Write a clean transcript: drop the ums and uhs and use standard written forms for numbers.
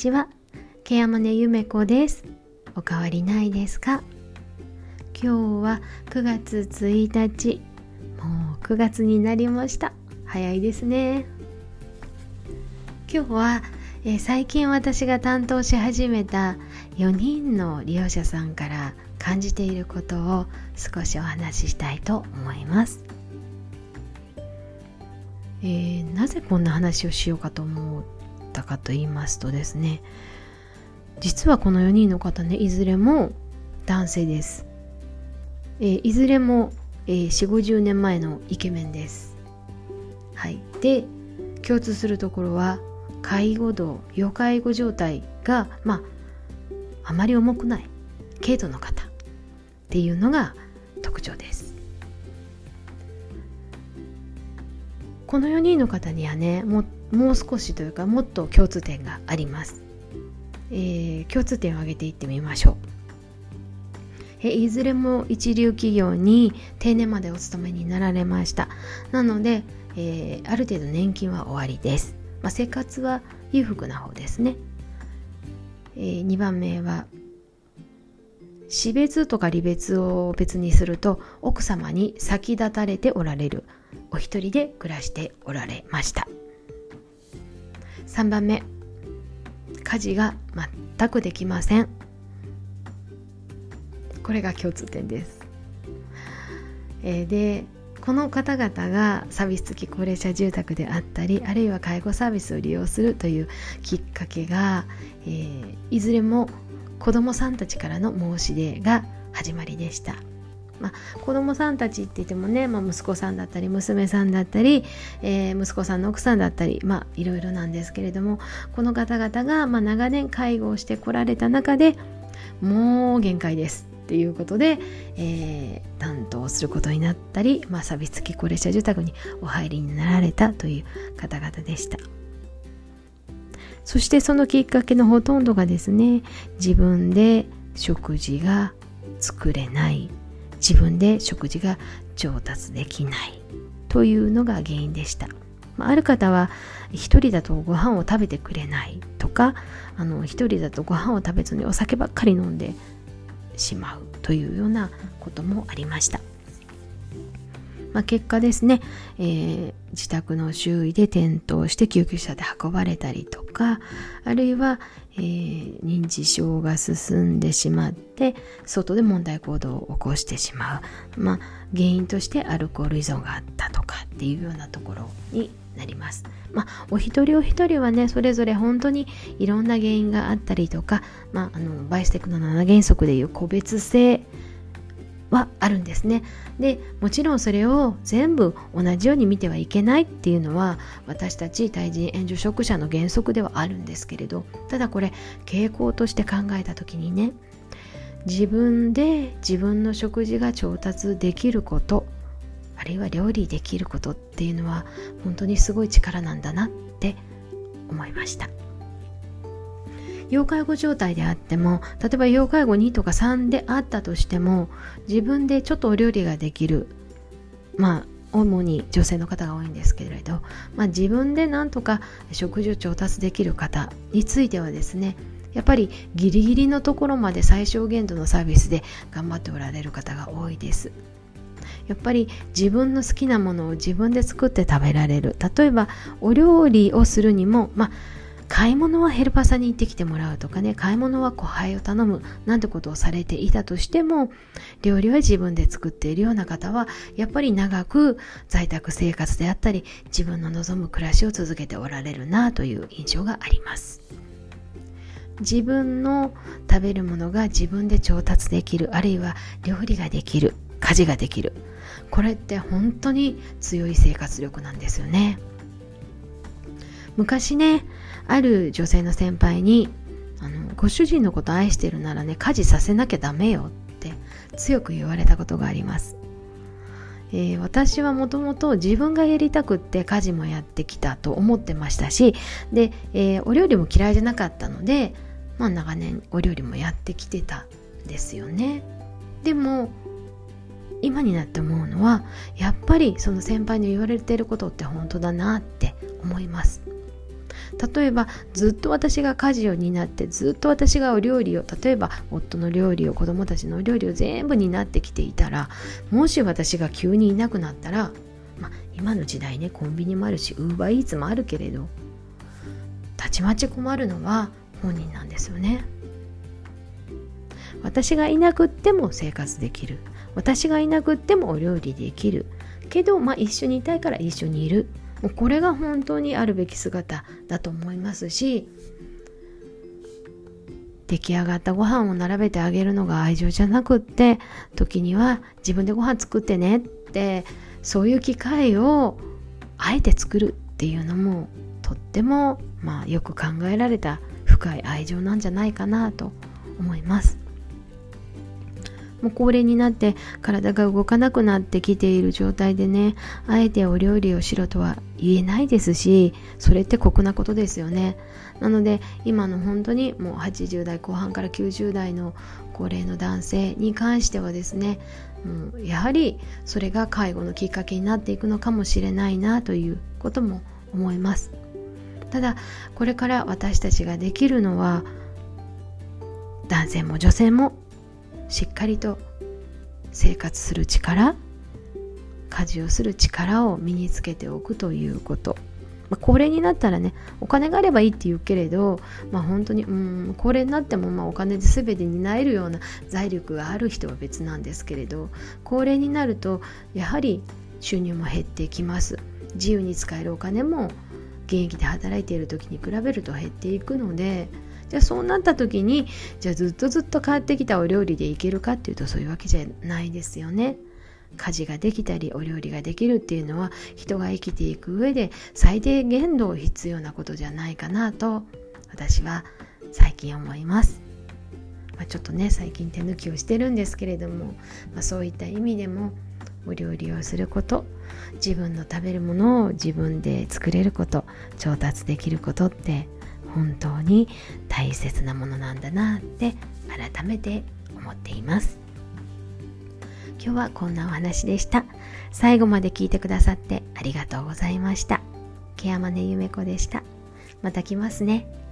ちは、ケヤマネゆめこです。お変わりないですか？今日は9月1日、もう9月になりました。早いですね。今日は、最近私が担当し始めた4人の利用者さんから感じていることを少しお話ししたいと思います。なぜこんな話をしようかと思ったかと言いますとですね、実はこの4人の方ね、いずれも男性です。いずれも、4、50年前のイケメンです。はい。で、共通するところは介護度、要介護状態があまり重くない軽度の方っていうのが特徴です。この4人の方にはね、もう少しというかもっと共通点があります。共通点を挙げていってみましょう。いずれも一流企業に定年までお勤めになられました。なので、ある程度年金は終わりです。生活は裕福な方ですね。2番目は死別とか離別を別にすると、奥様に先立たれておられるお一人で暮らしておられました。3番目、家事が全くできません。これが共通点です。で、この方々がサービス付き高齢者住宅であったり、あるいは介護サービスを利用するというきっかけが、いずれも子どもさんたちからの申し出が始まりでした。子どもさんたちって言ってもね、息子さんだったり娘さんだったり、息子さんの奥さんだったり、いろいろなんですけれども、この方々が長年介護をしてこられた中で、もう限界ですっていうことで、担当することになったり、サービス付き高齢者住宅にお入りになられたという方々でした。そしてそのきっかけのほとんどがですね、自分で食事が作れない、自分で食事が調達できないというのが原因でした。ある方は一人だとご飯を食べてくれないとか、一人だとご飯を食べずにお酒ばっかり飲んでしまうというようなこともありました。結果ですね、自宅の周囲で転倒して救急車で運ばれたりとか、あるいは、認知症が進んでしまって外で問題行動を起こしてしまう、原因としてアルコール依存があったとかっていうようなところになります。お一人お一人はね、それぞれ本当にいろんな原因があったりとか、バイステックの7原則でいう個別性はあるんですね。で、もちろんそれを全部同じように見てはいけないっていうのは私たち対人援助職者の原則ではあるんですけれど、ただこれ傾向として考えた時にね、自分で自分の食事が調達できること、あるいは料理できることっていうのは本当にすごい力なんだなって思いました。要介護状態であっても、例えば要介護2とか3であったとしても、自分でちょっとお料理ができる、主に女性の方が多いんですけれど、自分でなんとか食事を調達できる方についてはですね、やっぱりギリギリのところまで最小限度のサービスで頑張っておられる方が多いです。やっぱり自分の好きなものを自分で作って食べられる。例えばお料理をするにも、買い物はヘルパーさんに行ってきてもらうとかね、買い物は後輩を頼むなんてことをされていたとしても、料理は自分で作っているような方はやっぱり長く在宅生活であったり自分の望む暮らしを続けておられるなという印象があります。自分の食べるものが自分で調達できる、あるいは料理ができる、家事ができる、これって本当に強い生活力なんですよね。昔ね、ある女性の先輩にご主人のこと愛してるならね、家事させなきゃダメよって強く言われたことがあります。私はもともと自分がやりたくって家事もやってきたと思ってましたし、で、お料理も嫌いじゃなかったので、長年お料理もやってきてたんですよね。でも今になって思うのは、やっぱりその先輩に言われていることって本当だなって思います。 例えばずっと私が家事を担って、ずっと私がお料理を、例えば夫の料理を、子供たちのお料理を全部担ってきていたら、もし私が急にいなくなったら、今の時代ね、コンビニもあるしウーバーイーツもあるけれど、たちまち困るのは本人なんですよね。私がいなくっても生活できる、私がいなくってもお料理できるけど、一緒にいたいから一緒にいる、もうこれが本当にあるべき姿だと思いますし、出来上がったご飯を並べてあげるのが愛情じゃなくって、時には自分でご飯作ってねって、そういう機会をあえて作るっていうのもとってもよく考えられた深い愛情なんじゃないかなと思います。もう高齢になって体が動かなくなってきている状態でね、あえてお料理をしろとは言えないですし、それって酷なことですよね。なので今の本当にもう80代後半から90代の高齢の男性に関してはですね、もうやはりそれが介護のきっかけになっていくのかもしれないなということも思います。ただこれから私たちができるのは、男性も女性もしっかりと生活する力、家事をする力を身につけておくということ。高齢になったらね、お金があればいいって言うけれど、本当に高齢になってもお金で全て担えるような財力がある人は別なんですけれど、高齢になるとやはり収入も減ってきます。自由に使えるお金も現役で働いている時に比べると減っていくので、じゃあそうなった時に、じゃあずっと買ってきたお料理でいけるかっていうと、そういうわけじゃないですよね。家事ができたりお料理ができるっていうのは、人が生きていく上で最低限度必要なことじゃないかなと私は最近思います。ちょっとね最近手抜きをしてるんですけれども、そういった意味でもお料理をすること、自分の食べるものを自分で作れること、調達できることって本当に大切なものなんだなって改めて思っています。今日はこんなお話でした。最後まで聞いてくださってありがとうございました。ケアマネゆめこでした。また来ますね。